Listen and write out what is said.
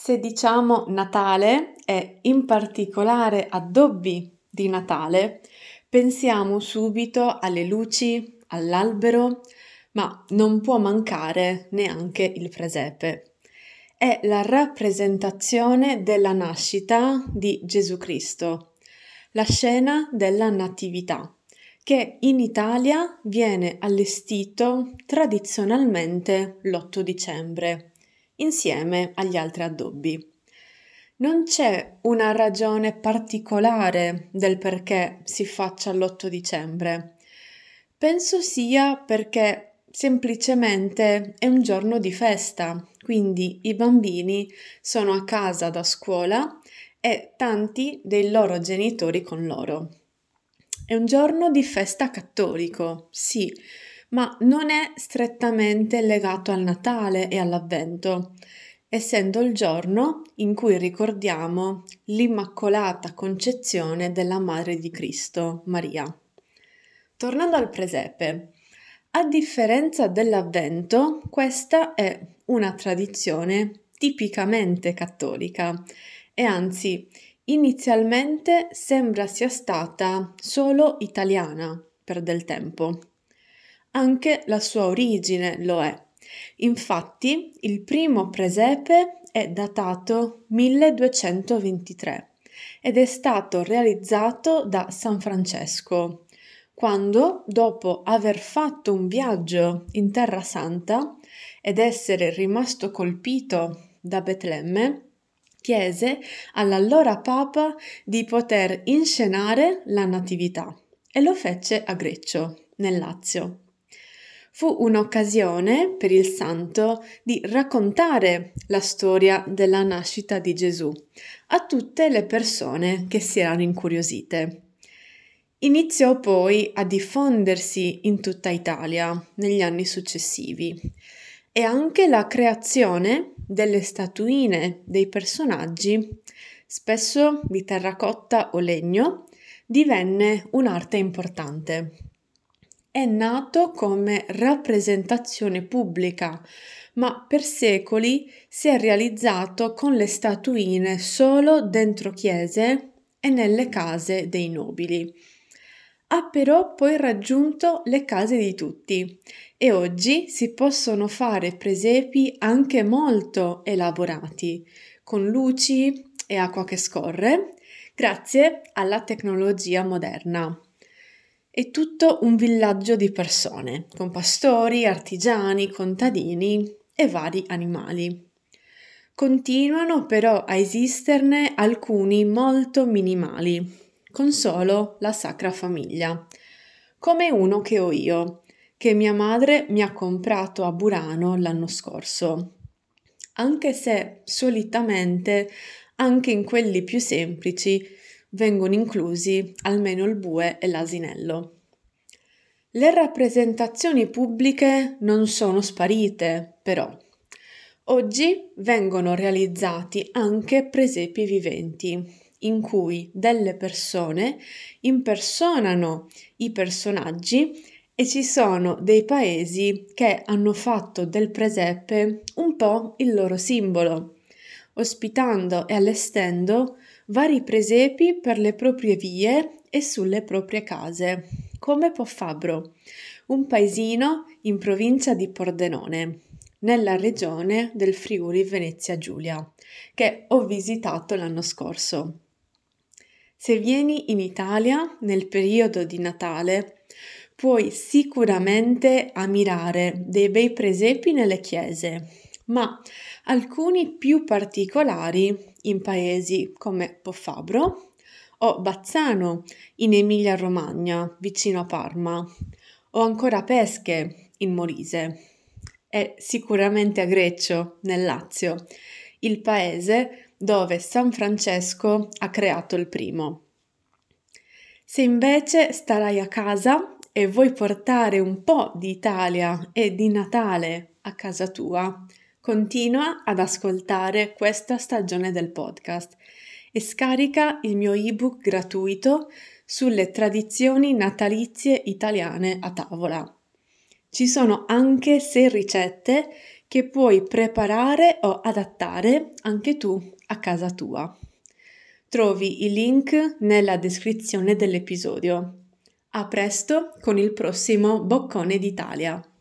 Se diciamo Natale e in particolare addobbi di Natale, pensiamo subito alle luci, all'albero, ma non può mancare neanche il presepe. È la rappresentazione della nascita di Gesù Cristo, la scena della Natività, che in Italia viene allestito tradizionalmente l'8 dicembre insieme agli altri addobbi. Non c'è una ragione particolare del perché si faccia l'8 dicembre. Penso sia perché semplicemente è un giorno di festa, quindi i bambini sono a casa da scuola e tanti dei loro genitori con loro. È un giorno di festa cattolico, sì, ma non è strettamente legato al Natale e all'Avvento, essendo il giorno in cui ricordiamo l'Immacolata Concezione della Madre di Cristo, Maria. Tornando al presepe, a differenza dell'Avvento, questa è una tradizione tipicamente cattolica e anzi inizialmente sembra sia stata solo italiana per del tempo. Anche la sua origine lo è. Infatti, il primo presepe è datato 1223 ed è stato realizzato da San Francesco, quando, dopo aver fatto un viaggio in Terra Santa ed essere rimasto colpito da Betlemme, chiese all'allora Papa di poter inscenare la Natività e lo fece a Greccio, nel Lazio. Fu un'occasione per il santo di raccontare la storia della nascita di Gesù a tutte le persone che si erano incuriosite. Iniziò poi a diffondersi in tutta Italia negli anni successivi e anche la creazione delle statuine dei personaggi, spesso di terracotta o legno, divenne un'arte importante. È nato come rappresentazione pubblica, ma per secoli si è realizzato con le statuine solo dentro chiese e nelle case dei nobili. Ha però poi raggiunto le case di tutti e oggi si possono fare presepi anche molto elaborati, con luci e acqua che scorre, grazie alla tecnologia moderna. È tutto un villaggio di persone, con pastori, artigiani, contadini e vari animali. Continuano però a esisterne alcuni molto minimali, con solo la Sacra Famiglia, come uno che ho io, che mia madre mi ha comprato a Burano l'anno scorso, anche se solitamente anche in quelli più semplici vengono inclusi almeno il bue e l'asinello. Le rappresentazioni pubbliche non sono sparite, però. Oggi vengono realizzati anche presepi viventi, in cui delle persone impersonano i personaggi e ci sono dei paesi che hanno fatto del presepe un po' il loro simbolo, ospitando e allestendo vari presepi per le proprie vie e sulle proprie case, come Poffabro, un paesino in provincia di Pordenone, nella regione del Friuli Venezia Giulia, che ho visitato l'anno scorso. Se vieni in Italia nel periodo di Natale, puoi sicuramente ammirare dei bei presepi nelle chiese, ma alcuni più particolari in paesi come Poffabro o Bazzano in Emilia-Romagna, vicino a Parma, o ancora Pesche in Molise e sicuramente a Greccio, nel Lazio, il paese dove San Francesco ha creato il primo. Se invece starai a casa e vuoi portare un po' di Italia e di Natale a casa tua, continua ad ascoltare questa stagione del podcast e scarica il mio ebook gratuito sulle tradizioni natalizie italiane a tavola. Ci sono anche 6 ricette che puoi preparare o adattare anche tu a casa tua. Trovi i link nella descrizione dell'episodio. A presto con il prossimo Boccone d'Italia!